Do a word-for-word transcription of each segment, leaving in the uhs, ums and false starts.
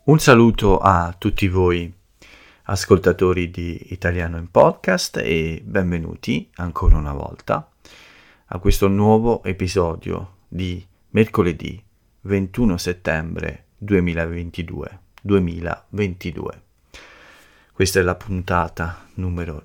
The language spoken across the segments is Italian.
Un saluto a tutti voi ascoltatori di Italiano in Podcast e benvenuti ancora una volta a questo nuovo episodio di mercoledì ventuno settembre duemilaventidue. duemilaventidue. Questa è la puntata numero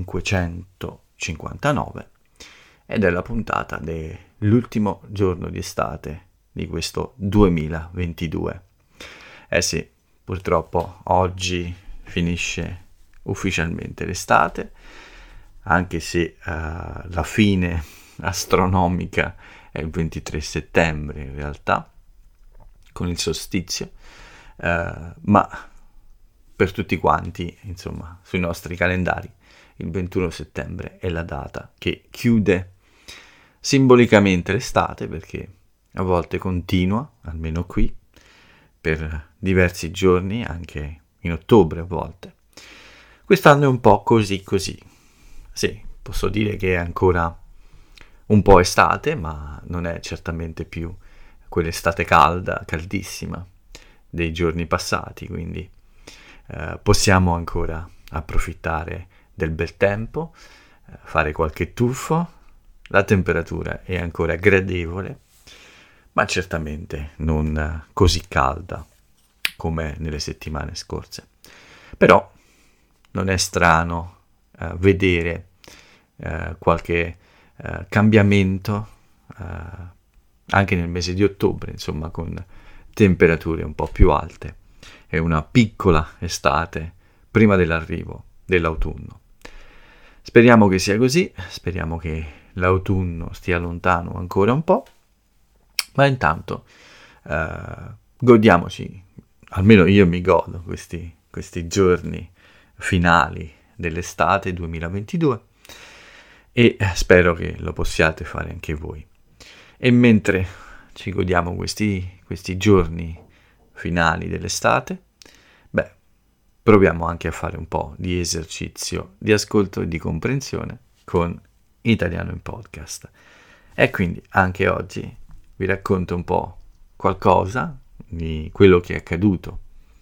cinquecentocinquantanove ed è la puntata dell'ultimo giorno di estate di questo duemilaventidue. Eh sì, purtroppo oggi finisce ufficialmente l'estate, anche se uh, la fine astronomica è il ventitré settembre in realtà, con il solstizio, uh, ma per tutti quanti, insomma, sui nostri calendari, il ventuno settembre è la data che chiude simbolicamente l'estate, perché a volte continua, almeno qui, per diversi giorni, anche in ottobre a volte. Quest'anno è un po' così così. Sì, posso dire che è ancora un po' estate, ma non è certamente più quell'estate calda, caldissima dei giorni passati, quindi eh, possiamo ancora approfittare del bel tempo, eh, fare qualche tuffo, la temperatura è ancora gradevole, ma certamente non così calda come nelle settimane scorse. Però non è strano uh, vedere uh, qualche uh, cambiamento uh, anche nel mese di ottobre, insomma, con temperature un po' più alte e una piccola estate prima dell'arrivo dell'autunno. Speriamo che sia così, speriamo che l'autunno stia lontano ancora un po', ma intanto uh, godiamoci, almeno io mi godo questi, questi giorni finali dell'estate duemilaventidue e spero che lo possiate fare anche voi. E mentre ci godiamo questi, questi giorni finali dell'estate, beh, proviamo anche a fare un po' di esercizio di ascolto e di comprensione con Italiano in Podcast. E quindi anche oggi vi racconto un po' qualcosa di quello che è accaduto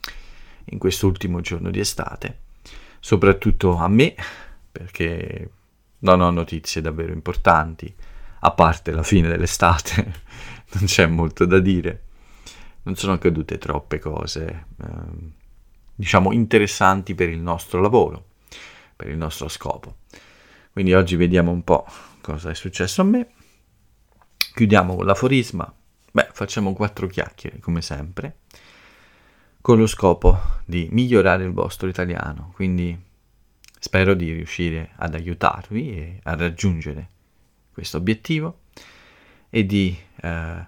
in quest'ultimo giorno di estate, soprattutto a me, perché non ho notizie davvero importanti, a parte la fine dell'estate, non c'è molto da dire, non sono accadute troppe cose, eh, diciamo, interessanti per il nostro lavoro, per il nostro scopo. Quindi oggi vediamo un po' cosa è successo a me. Chiudiamo con l'aforisma, beh, facciamo quattro chiacchiere come sempre, con lo scopo di migliorare il vostro italiano, quindi spero di riuscire ad aiutarvi e a raggiungere questo obiettivo e di eh,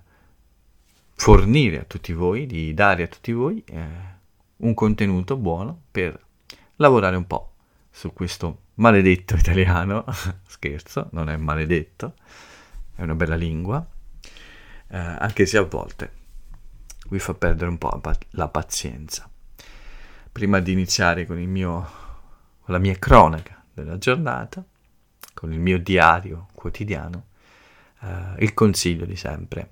fornire a tutti voi, di dare a tutti voi eh, un contenuto buono per lavorare un po' su questo maledetto italiano, scherzo, non è maledetto, è una bella lingua, eh, anche se a volte vi fa perdere un po' la pazienza. Prima di iniziare con il mio, con la mia cronaca della giornata, con il mio diario quotidiano, eh, il consiglio di sempre: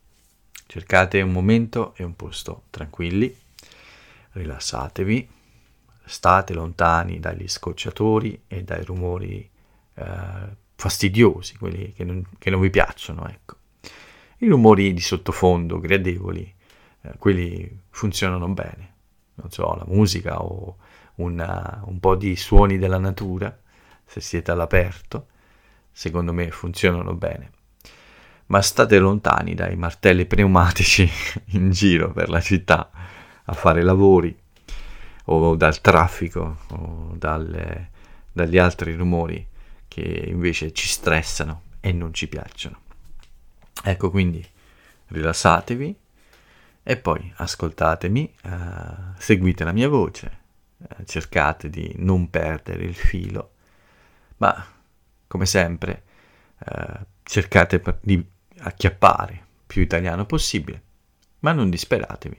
cercate un momento e un posto tranquilli, rilassatevi, state lontani dagli scocciatori e dai rumori eh, fastidiosi, quelli che non, che non vi piacciono, ecco. I rumori di sottofondo gradevoli, eh, quelli funzionano bene, non so, la musica o una, un po' di suoni della natura, se siete all'aperto, secondo me funzionano bene. Ma state lontani dai martelli pneumatici in giro per la città a fare lavori, o dal traffico, o dalle, dagli altri rumori che invece ci stressano e non ci piacciono. Ecco, quindi rilassatevi e poi ascoltatemi, uh, seguite la mia voce, uh, cercate di non perdere il filo, ma come sempre uh, cercate per, di acchiappare più italiano possibile, ma non disperatevi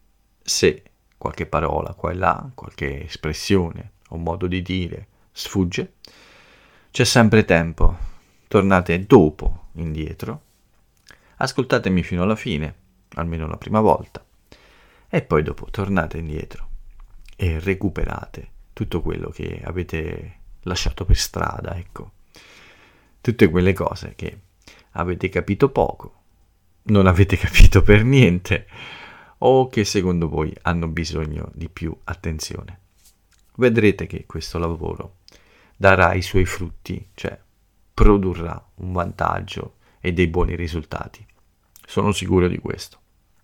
se qualche parola qua e là, qualche espressione o modo di dire sfugge. C'è sempre tempo, tornate dopo indietro, ascoltatemi fino alla fine, almeno la prima volta, e poi dopo tornate indietro e recuperate tutto quello che avete lasciato per strada, ecco. Tutte quelle cose che avete capito poco, non avete capito per niente o che secondo voi hanno bisogno di più attenzione. Vedrete che questo lavoro darà i suoi frutti, cioè produrrà un vantaggio e dei buoni risultati. Sono sicuro di questo.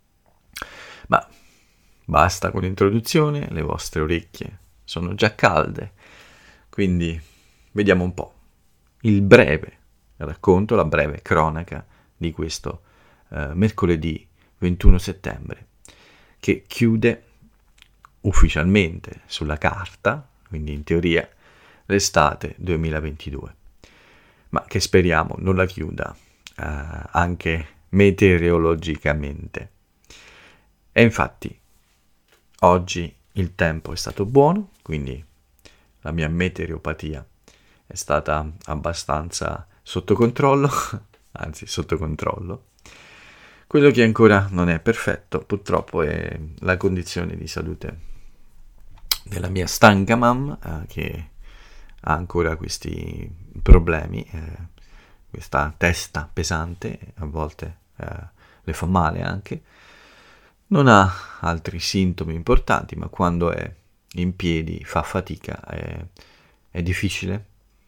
Ma basta con l'introduzione, le vostre orecchie sono già calde, quindi vediamo un po' il breve racconto, la breve cronaca di questo eh, mercoledì ventuno settembre, che chiude ufficialmente sulla carta, quindi in teoria, l'estate duemilaventidue, ma che speriamo non la chiuda eh, anche meteorologicamente. E infatti oggi il tempo è stato buono, quindi la mia meteoropatia è stata abbastanza sotto controllo, anzi sotto controllo. Quello che ancora non è perfetto, purtroppo, è la condizione di salute della mia stanca mamma, eh, che ha ancora questi problemi, eh, questa testa pesante, a volte eh, le fa male anche. Non ha altri sintomi importanti, ma quando è in piedi fa fatica, è, è difficile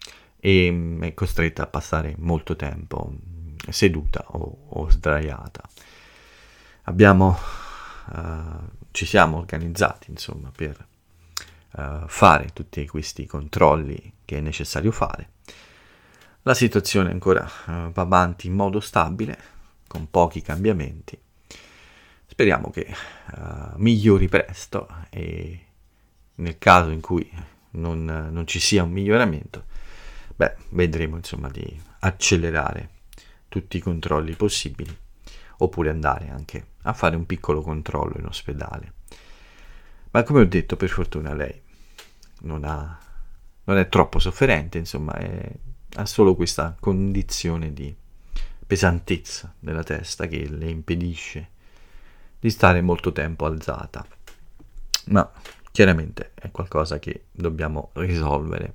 e è costretta a passare molto tempo seduta o, o sdraiata. Abbiamo, uh, ci siamo organizzati, insomma, per uh, fare tutti questi controlli che è necessario fare. La situazione ancora uh, va avanti in modo stabile, con pochi cambiamenti. Speriamo che uh, migliori presto e nel caso in cui non, non ci sia un miglioramento, beh, vedremo insomma di accelerare tutti i controlli possibili, oppure andare anche a fare un piccolo controllo in ospedale. Ma come ho detto, per fortuna lei non, ha, non è troppo sofferente, insomma, è, ha solo questa condizione di pesantezza nella testa che le impedisce di stare molto tempo alzata. Ma chiaramente è qualcosa che dobbiamo risolvere.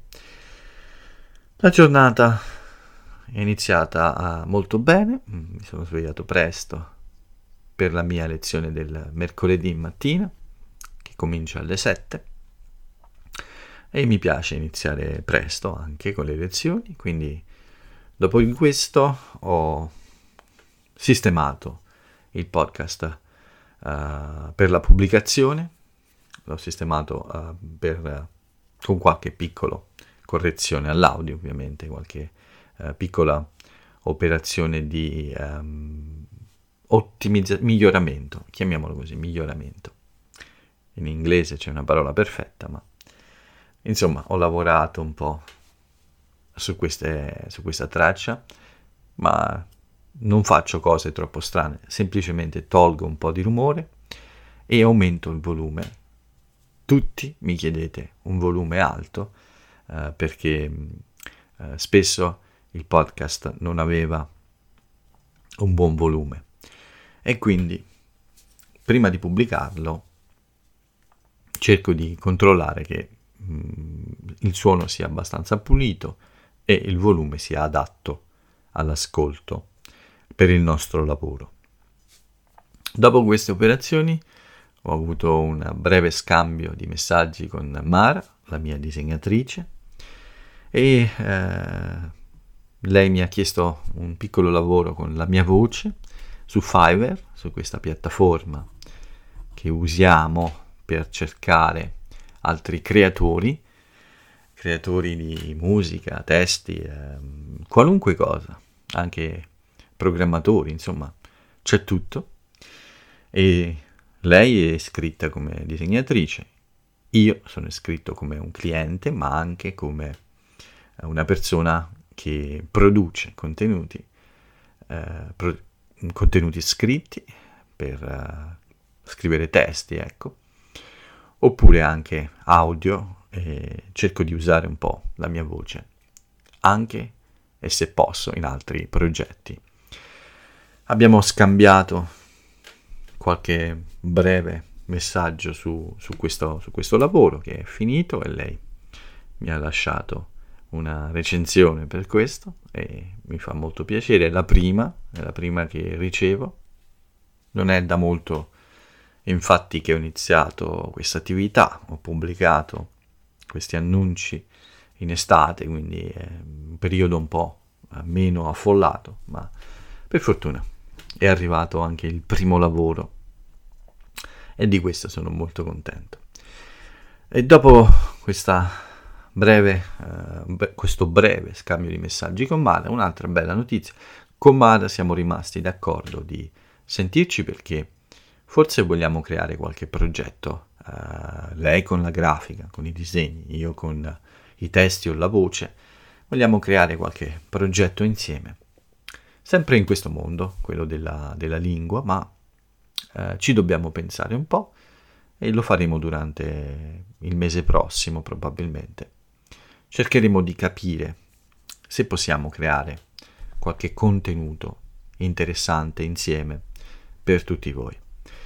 La giornata è iniziata molto bene, mi sono svegliato presto per la mia lezione del mercoledì mattina, che comincia alle sette, e mi piace iniziare presto anche con le lezioni, quindi dopo di questo ho sistemato il podcast uh, per la pubblicazione, l'ho sistemato uh, per, uh, con qualche piccolo correzione all'audio, ovviamente, qualche uh, piccola operazione di um, ottimizza- miglioramento, chiamiamolo così, miglioramento. In inglese c'è una parola perfetta, ma insomma ho lavorato un po' su, queste, su questa traccia, ma non faccio cose troppo strane, semplicemente tolgo un po' di rumore e aumento il volume. Tutti mi chiedete un volume alto, Uh, perché uh, spesso il podcast non aveva un buon volume e quindi prima di pubblicarlo cerco di controllare che mm, il suono sia abbastanza pulito e il volume sia adatto all'ascolto per il nostro lavoro. Dopo queste operazioni ho avuto un breve scambio di messaggi con Mara, la mia disegnatrice, e eh, lei mi ha chiesto un piccolo lavoro con la mia voce su Fiverr, su questa piattaforma che usiamo per cercare altri creatori, creatori di musica, testi, eh, qualunque cosa, anche programmatori, insomma, c'è tutto. E lei è iscritta come disegnatrice, io sono iscritto come un cliente, ma anche come una persona che produce contenuti, eh, pro- contenuti scritti per uh, scrivere testi, ecco, oppure anche audio, e cerco di usare un po' la mia voce, anche e se posso in altri progetti. Abbiamo scambiato qualche breve messaggio su, su, questo, su questo lavoro che è finito, e lei mi ha lasciato una recensione per questo e mi fa molto piacere. È la prima, è la prima che ricevo. Non è da molto, infatti, che ho iniziato questa attività. Ho pubblicato questi annunci in estate, quindi è un periodo un po' meno affollato, ma per fortuna è arrivato anche il primo lavoro e di questo sono molto contento. E dopo questa breve, eh, questo breve scambio di messaggi con Mara, un'altra bella notizia: con Mara siamo rimasti d'accordo di sentirci perché forse vogliamo creare qualche progetto, uh, lei con la grafica, con i disegni, io con i testi o la voce. Vogliamo creare qualche progetto insieme, sempre in questo mondo, quello della, della lingua, ma uh, ci dobbiamo pensare un po' e lo faremo durante il mese prossimo probabilmente. Cercheremo di capire se possiamo creare qualche contenuto interessante insieme per tutti voi.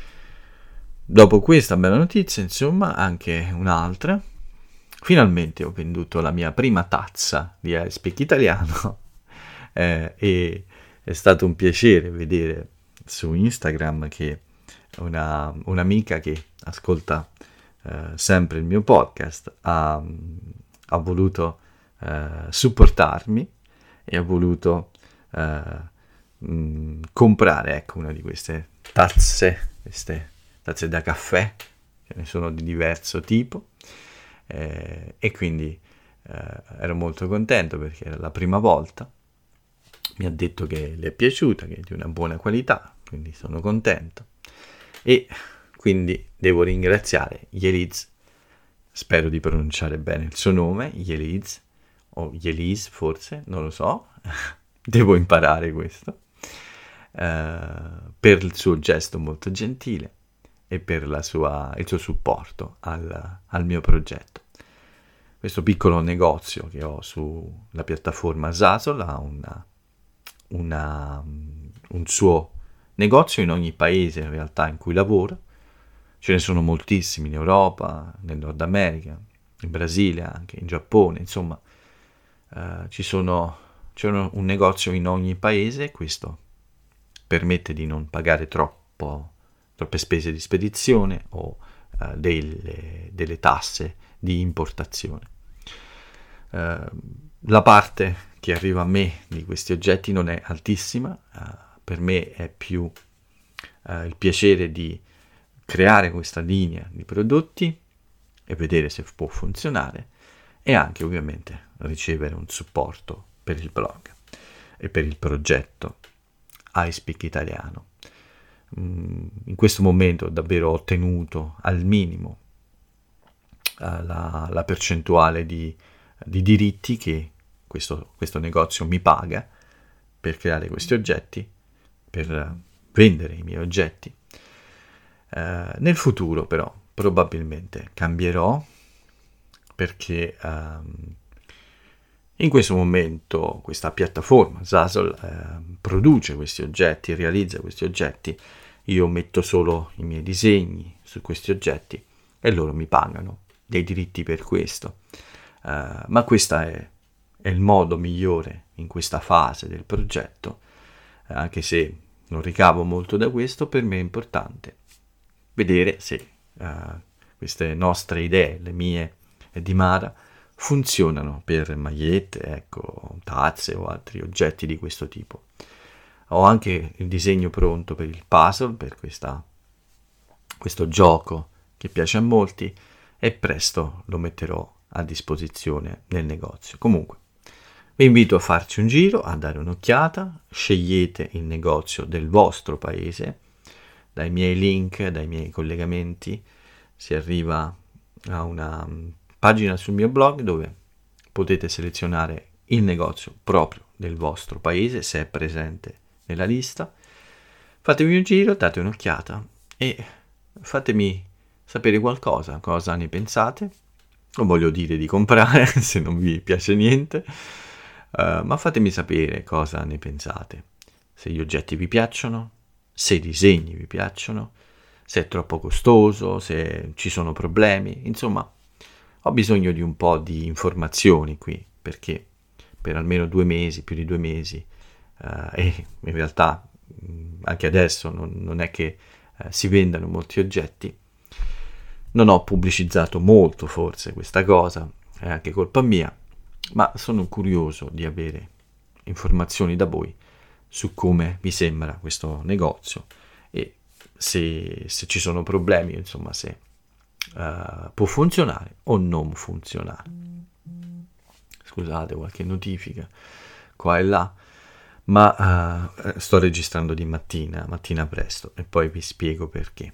Dopo questa bella notizia, insomma, anche un'altra. Finalmente ho venduto la mia prima tazza di I Speak Italiano eh, e è stato un piacere vedere su Instagram che una, un'amica che ascolta eh, sempre il mio podcast ha, ha voluto eh, supportarmi e ha voluto eh, mh, comprare, ecco, una di queste tazze, queste tazze da caffè, ce ne sono di diverso tipo, eh, e quindi eh, ero molto contento perché era la prima volta. Mi ha detto che le è piaciuta, che è di una buona qualità, quindi sono contento. E quindi devo ringraziare Yeliz, spero di pronunciare bene il suo nome, Yeliz, o Yeliz forse, non lo so, devo imparare questo, eh, per il suo gesto molto gentile e per la sua, il suo supporto al, al mio progetto. Questo piccolo negozio che ho sulla piattaforma Zasol ha una, una, un suo negozio in ogni paese in realtà in cui lavora. Ce ne sono moltissimi in Europa, nel Nord America, in Brasile anche, in Giappone, insomma eh, ci sono, c'è un negozio in ogni paese. Questo permette di non pagare troppo troppe spese di spedizione o uh, delle, delle tasse di importazione. Uh, la parte che arriva a me di questi oggetti non è altissima, uh, per me è più uh, il piacere di creare questa linea di prodotti e vedere se può funzionare, e anche ovviamente ricevere un supporto per il blog e per il progetto I Speak Italiano. In questo momento davvero ho ottenuto al minimo uh, la, la percentuale di, di diritti che questo, questo negozio mi paga per creare questi oggetti, per vendere i miei oggetti. Uh, nel futuro però probabilmente cambierò, perché um, in questo momento questa piattaforma Zasol eh, produce questi oggetti, realizza questi oggetti, io metto solo i miei disegni su questi oggetti e loro mi pagano dei diritti per questo. Uh, ma questo è, è il modo migliore in questa fase del progetto, eh, anche se non ricavo molto da questo. Per me è importante vedere se uh, queste nostre idee, le mie e di Mara, funzionano per magliette, ecco, tazze o altri oggetti di questo tipo. Ho anche il disegno pronto per il puzzle, per questa, questo gioco che piace a molti, e presto lo metterò a disposizione nel negozio. Comunque, vi invito a farci un giro, a dare un'occhiata, scegliete il negozio del vostro paese, dai miei link, dai miei collegamenti, si arriva a una pagina sul mio blog dove potete selezionare il negozio proprio del vostro paese, se è presente nella lista. Fatevi un giro, date un'occhiata e fatemi sapere qualcosa, cosa ne pensate. Non voglio dire di comprare se non vi piace niente, uh, ma fatemi sapere cosa ne pensate, se gli oggetti vi piacciono, se i disegni vi piacciono, se è troppo costoso, se ci sono problemi, insomma ho bisogno di un po' di informazioni qui, perché per almeno due mesi, più di due mesi, eh, e in realtà mh, anche adesso non, non è che eh, si vendano molti oggetti, non ho pubblicizzato molto forse questa cosa, è anche colpa mia, ma sono curioso di avere informazioni da voi su come vi sembra questo negozio e se, se ci sono problemi, insomma, se uh, può funzionare o non funzionare. Scusate, qualche notifica qua e là, ma uh, sto registrando di mattina, mattina presto, e poi vi spiego perché.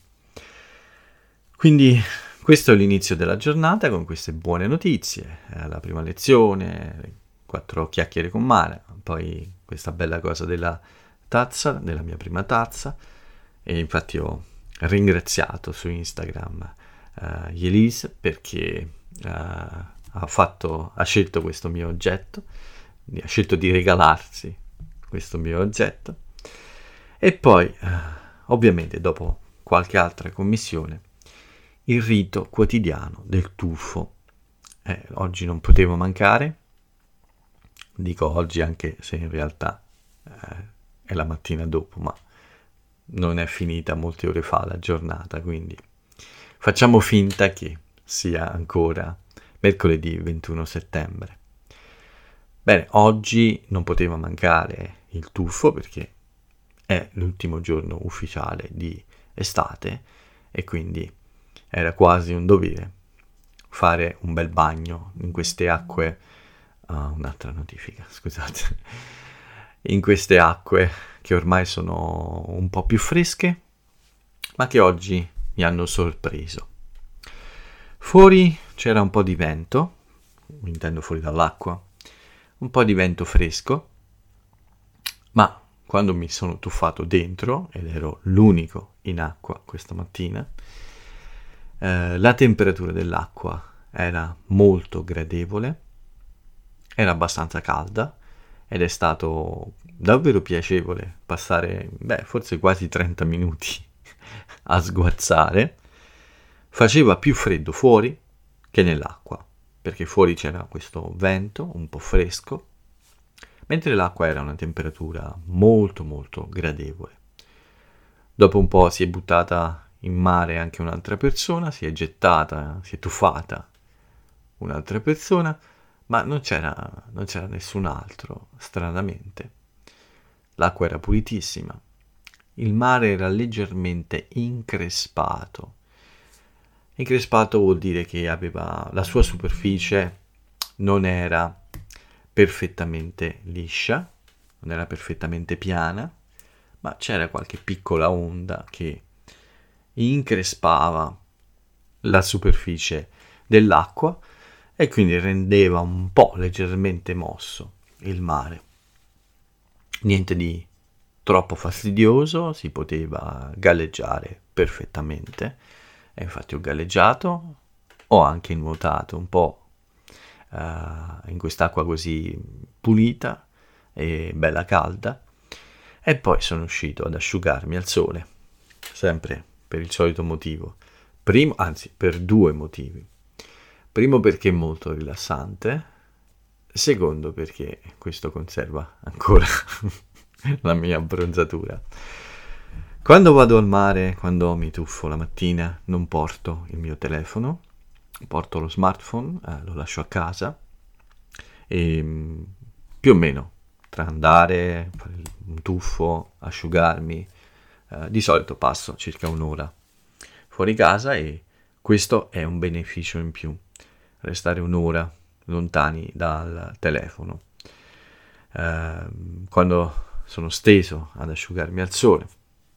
Quindi questo è l'inizio della giornata con queste buone notizie, eh, la prima lezione, quattro chiacchiere con Mara, poi questa bella cosa della tazza, della mia prima tazza, e infatti ho ringraziato su Instagram uh, Elise perché uh, ha, fatto, ha scelto questo mio oggetto, ha scelto di regalarsi questo mio oggetto, e poi uh, ovviamente dopo qualche altra commissione il rito quotidiano del tuffo. Eh, oggi non potevo mancare, dico oggi anche se in realtà eh, è la mattina dopo, ma non è finita molte ore fa la giornata, quindi facciamo finta che sia ancora mercoledì ventuno settembre. Bene, oggi non poteva mancare il tuffo perché è l'ultimo giorno ufficiale di estate e quindi era quasi un dovere fare un bel bagno in queste acque, uh, un'altra notifica, scusate, in queste acque che ormai sono un po' più fresche, ma che oggi mi hanno sorpreso. Fuori c'era un po' di vento, intendo fuori dall'acqua, un po' di vento fresco, ma quando mi sono tuffato dentro, ed ero l'unico in acqua questa mattina, eh, la temperatura dell'acqua era molto gradevole, era abbastanza calda ed è stato davvero piacevole passare, beh, forse quasi trenta minuti a sguazzare. Faceva più freddo fuori che nell'acqua, perché fuori c'era questo vento un po' fresco, mentre l'acqua era a una temperatura molto molto gradevole. Dopo un po' si è buttata in mare anche un'altra persona, si è gettata, si è tuffata un'altra persona, ma non c'era, non c'era nessun altro, stranamente. L'acqua era pulitissima, il mare era leggermente increspato. Increspato vuol dire che aveva la sua superficie non era perfettamente liscia, non era perfettamente piana, ma c'era qualche piccola onda che increspava la superficie dell'acqua e quindi rendeva un po' leggermente mosso il mare. Niente di troppo fastidioso, si poteva galleggiare perfettamente e infatti ho galleggiato, ho anche nuotato un po' uh, in quest'acqua così pulita e bella calda e poi sono uscito ad asciugarmi al sole, sempre per il solito motivo, primo, anzi per due motivi. Primo perché è molto rilassante, secondo perché questo conserva ancora la mia abbronzatura. Quando vado al mare, quando mi tuffo la mattina, non porto il mio telefono, porto lo smartphone, eh, lo lascio a casa e più o meno tra andare, fare un tuffo, asciugarmi, eh, di solito passo circa un'ora fuori casa e questo è un beneficio in più, restare un'ora lontani dal telefono. Eh, quando sono steso ad asciugarmi al sole,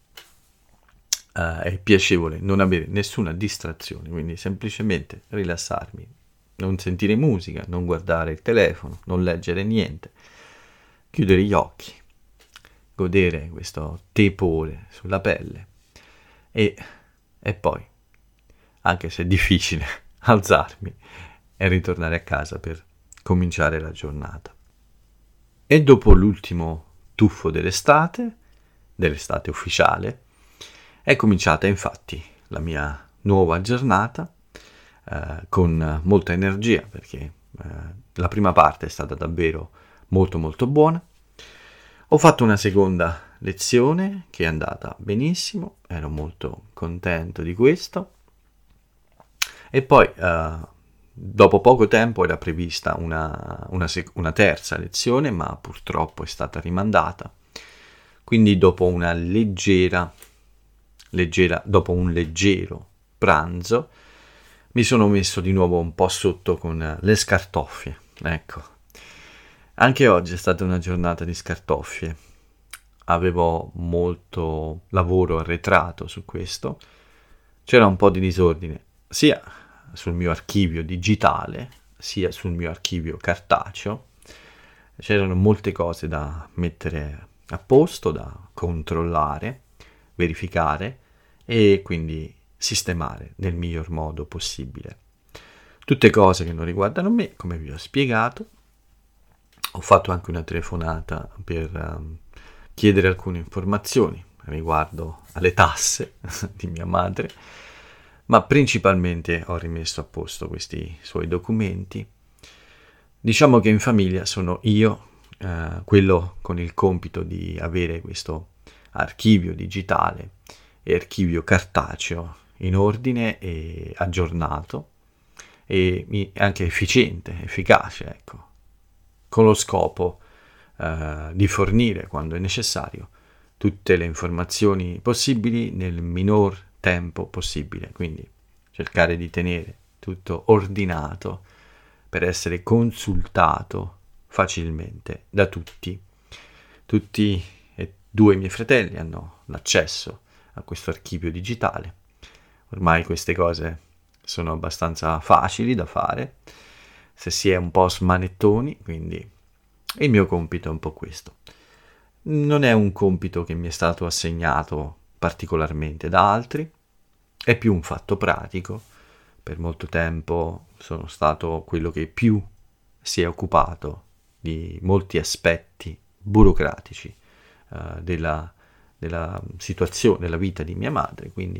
eh, è piacevole non avere nessuna distrazione, quindi semplicemente rilassarmi, non sentire musica, non guardare il telefono, non leggere niente, chiudere gli occhi, godere questo tepore sulla pelle e, e poi, anche se è difficile, alzarmi e ritornare a casa per cominciare la giornata. E dopo l'ultimo tuffo dell'estate, dell'estate ufficiale, È cominciata infatti la mia nuova giornata eh, con molta energia, perché eh, la prima parte è stata davvero molto molto buona. Ho fatto una seconda lezione che è andata benissimo, ero molto contento di questo. E poi eh, dopo poco tempo era prevista una, una, sec- una terza lezione, ma purtroppo è stata rimandata. Quindi dopo una leggera, leggera, dopo un leggero pranzo, mi sono messo di nuovo un po' sotto con le scartoffie. Ecco, anche oggi è stata una giornata di scartoffie. Avevo molto lavoro arretrato su questo. C'era un po' di disordine, sia sul mio archivio digitale, sia sul mio archivio cartaceo. C'erano molte cose da mettere a posto, da controllare, verificare e quindi sistemare nel miglior modo possibile. Tutte cose che non riguardano me, come vi ho spiegato. Ho fatto anche una telefonata per um, chiedere alcune informazioni riguardo alle tasse di mia madre, ma principalmente ho rimesso a posto questi suoi documenti. Diciamo che in famiglia sono io eh, quello con il compito di avere questo archivio digitale e archivio cartaceo in ordine e aggiornato e anche efficiente, efficace, ecco, con lo scopo eh, di fornire, quando è necessario, tutte le informazioni possibili nel minor tempo possibile, quindi cercare di tenere tutto ordinato per essere consultato facilmente da tutti. Tutti e due i miei fratelli hanno l'accesso a questo archivio digitale. Ormai queste cose sono abbastanza facili da fare, se si è un po' smanettoni, quindi il mio compito è un po' questo. Non è un compito che mi è stato assegnato particolarmente da altri, è più un fatto pratico. Per molto tempo sono stato quello che più si è occupato di molti aspetti burocratici uh, della, della situazione, della vita di mia madre, quindi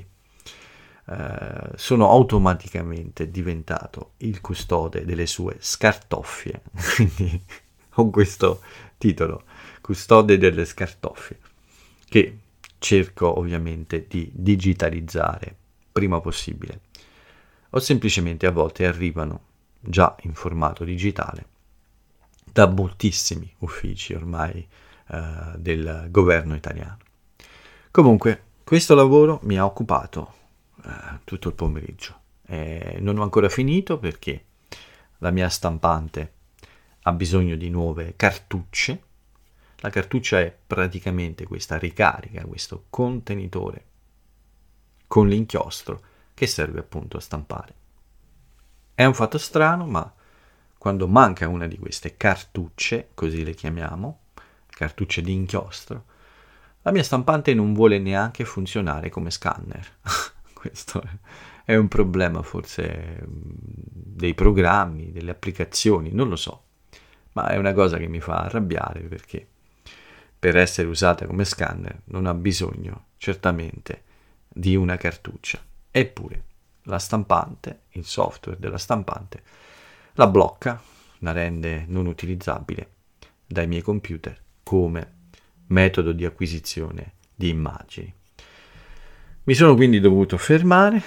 uh, sono automaticamente diventato il custode delle sue scartoffie, quindi ho questo titolo, custode delle scartoffie, che cerco ovviamente di digitalizzare prima possibile, o semplicemente a volte arrivano già in formato digitale da moltissimi uffici ormai eh, del governo italiano. Comunque, questo lavoro mi ha occupato eh, tutto il pomeriggio. E non ho ancora finito perché la mia stampante ha bisogno di nuove cartucce. La cartuccia è praticamente questa ricarica, questo contenitore con l'inchiostro che serve appunto a stampare. È un fatto strano, ma quando manca una di queste cartucce, così le chiamiamo, cartucce di inchiostro, la mia stampante non vuole neanche funzionare come scanner. Questo è un problema forse dei programmi, delle applicazioni, non lo so, ma è una cosa che mi fa arrabbiare perché per essere usata come scanner non ha bisogno certamente di una cartuccia. Eppure la stampante, il software della stampante, la blocca, la rende non utilizzabile dai miei computer come metodo di acquisizione di immagini. Mi sono quindi dovuto fermare,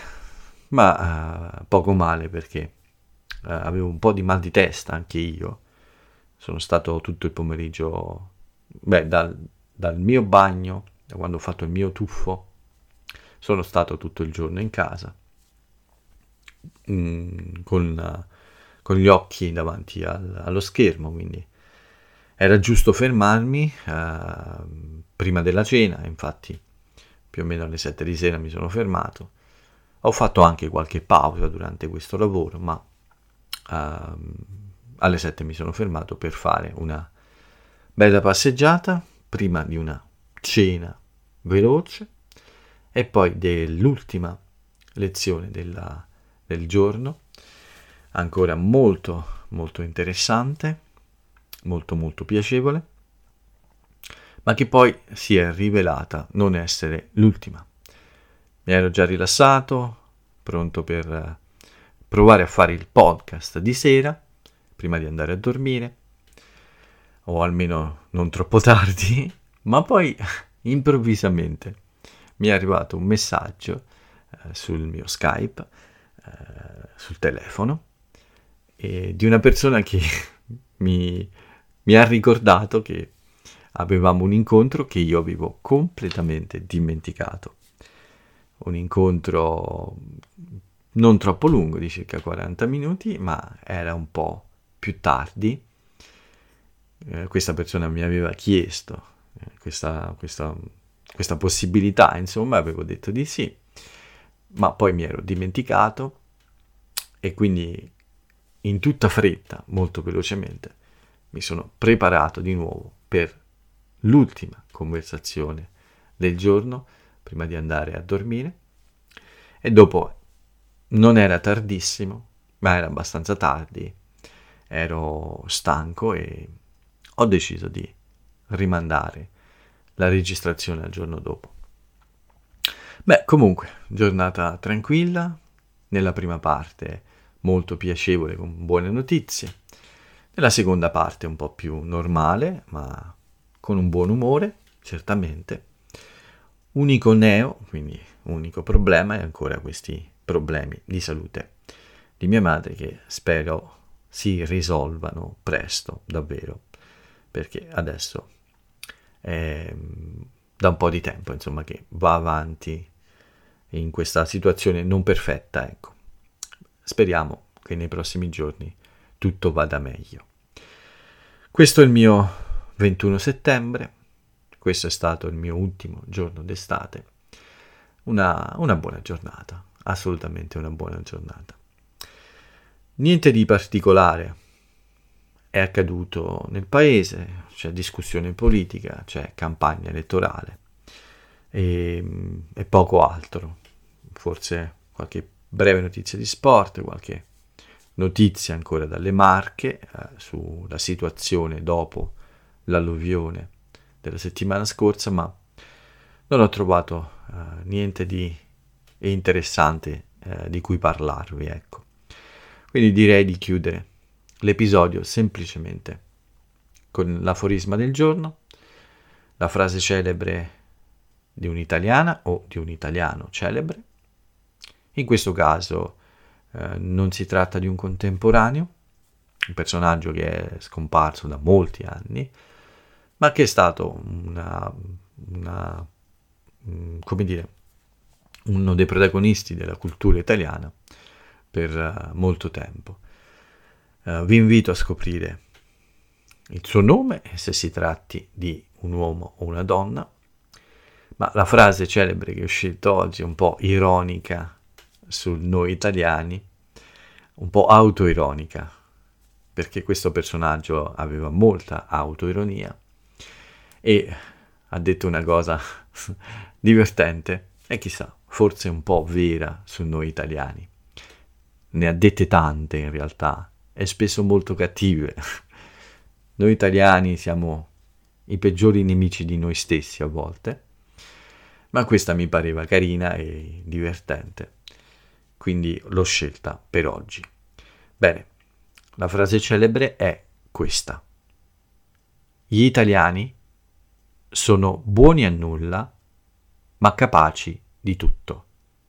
ma uh, poco male perché uh, avevo un po' di mal di testa anche io. Sono stato tutto il pomeriggio, beh, dal, dal mio bagno, da quando ho fatto il mio tuffo, sono stato tutto il giorno in casa, mm, con, uh, con gli occhi davanti al, allo schermo, quindi era giusto fermarmi uh, prima della cena, infatti più o meno alle sette di sera mi sono fermato. Ho fatto anche qualche pausa durante questo lavoro, ma uh, alle sette mi sono fermato per fare una bella passeggiata prima di una cena veloce e poi dell'ultima lezione della, del giorno, ancora molto molto interessante, molto molto piacevole, ma che poi si è rivelata non essere l'ultima. mi ero già rilassato, pronto per provare a fare il podcast di sera, prima di andare a dormire, o almeno non troppo tardi, ma poi improvvisamente mi è arrivato un messaggio eh, sul mio Skype, eh, sul telefono, e di una persona che mi, mi ha ricordato che avevamo un incontro che io avevo completamente dimenticato. Un incontro non troppo lungo, di circa quaranta minuti, ma era un po' più tardi. Eh, questa persona mi aveva chiesto eh, questa, questa, questa possibilità, insomma, avevo detto di sì, ma poi mi ero dimenticato e quindi in tutta fretta, molto velocemente, mi sono preparato di nuovo per l'ultima conversazione del giorno prima di andare a dormire, e dopo non era tardissimo, ma era abbastanza tardi, ero stanco e ho deciso di rimandare la registrazione al giorno dopo. Beh, comunque, giornata tranquilla, nella prima parte molto piacevole con buone notizie, nella seconda parte un po' più normale, ma con un buon umore, certamente. Unico neo, quindi unico problema, è ancora questi problemi di salute di mia madre che spero si risolvano presto, davvero, perché adesso è da un po' di tempo, insomma, che va avanti in questa situazione non perfetta, ecco. Speriamo che nei prossimi giorni tutto vada meglio. Questo è il mio ventuno settembre, questo è stato il mio ultimo giorno d'estate. Una, una buona giornata, assolutamente una buona giornata. Niente di particolare è accaduto nel paese, c'è discussione politica, c'è campagna elettorale e, e poco altro. Forse qualche breve notizia di sport, qualche notizia ancora dalle Marche eh, sulla situazione dopo l'alluvione della settimana scorsa, ma non ho trovato eh, niente di interessante eh, di cui parlarvi, ecco. Quindi direi di chiudere l'episodio semplicemente con l'aforisma del giorno, la frase celebre di un'italiana o di un italiano celebre. In questo caso eh, non si tratta di un contemporaneo, un personaggio che è scomparso da molti anni, ma che è stato una, una come dire, uno dei protagonisti della cultura italiana per uh, molto tempo. Uh, vi invito a scoprire il suo nome, se si tratti di un uomo o una donna, ma la frase celebre che ho scelto oggi è un po' ironica su noi italiani, un po' autoironica, perché questo personaggio aveva molta autoironia e ha detto una cosa divertente e chissà, forse un po' vera su noi italiani. Ne ha dette tante in realtà e spesso molto cattive. Noi italiani siamo i peggiori nemici di noi stessi a volte, ma questa mi pareva carina e divertente, quindi l'ho scelta per oggi. Bene, la frase celebre è questa: gli italiani sono buoni a nulla, ma capaci di tutto.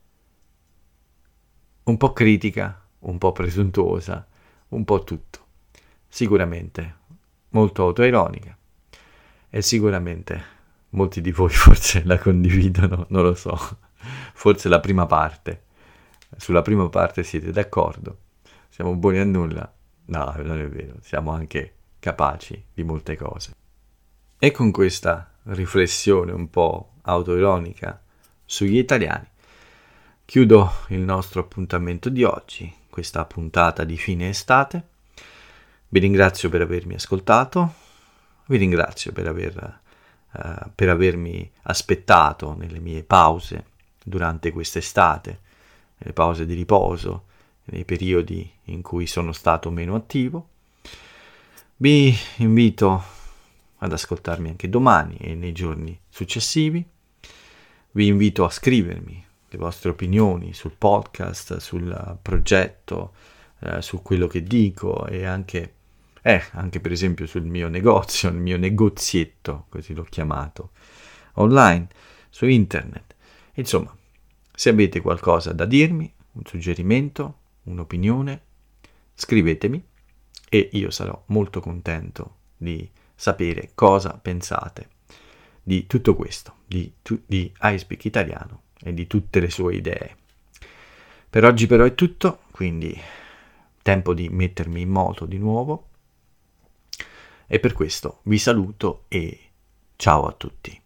Un po' critica, un po' presuntuosa, un po' tutto. Sicuramente molto autoironica e sicuramente molti di voi forse la condividono, non lo so. Forse la prima parte. Sulla prima parte siete d'accordo. Siamo buoni a nulla. No, non è vero, siamo anche capaci di molte cose. E con questa riflessione un po' autoironica sugli italiani chiudo il nostro appuntamento di oggi, questa puntata di fine estate. Vi ringrazio per avermi ascoltato, vi ringrazio per, aver, uh, per avermi aspettato nelle mie pause durante quest'estate, nelle pause di riposo, nei periodi in cui sono stato meno attivo. Vi invito ad ascoltarmi anche domani e nei giorni successivi. Vi invito a scrivermi le vostre opinioni sul podcast, sul progetto, eh, su quello che dico e anche, eh, anche per esempio sul mio negozio, il mio negozietto, così l'ho chiamato, online, su internet. Insomma, se avete qualcosa da dirmi, un suggerimento, un'opinione, scrivetemi e io sarò molto contento di sapere cosa pensate di tutto questo, di, di iSpeak Italiano e di tutte le sue idee. Per oggi però è tutto, quindi tempo di mettermi in moto di nuovo e per questo vi saluto e ciao a tutti.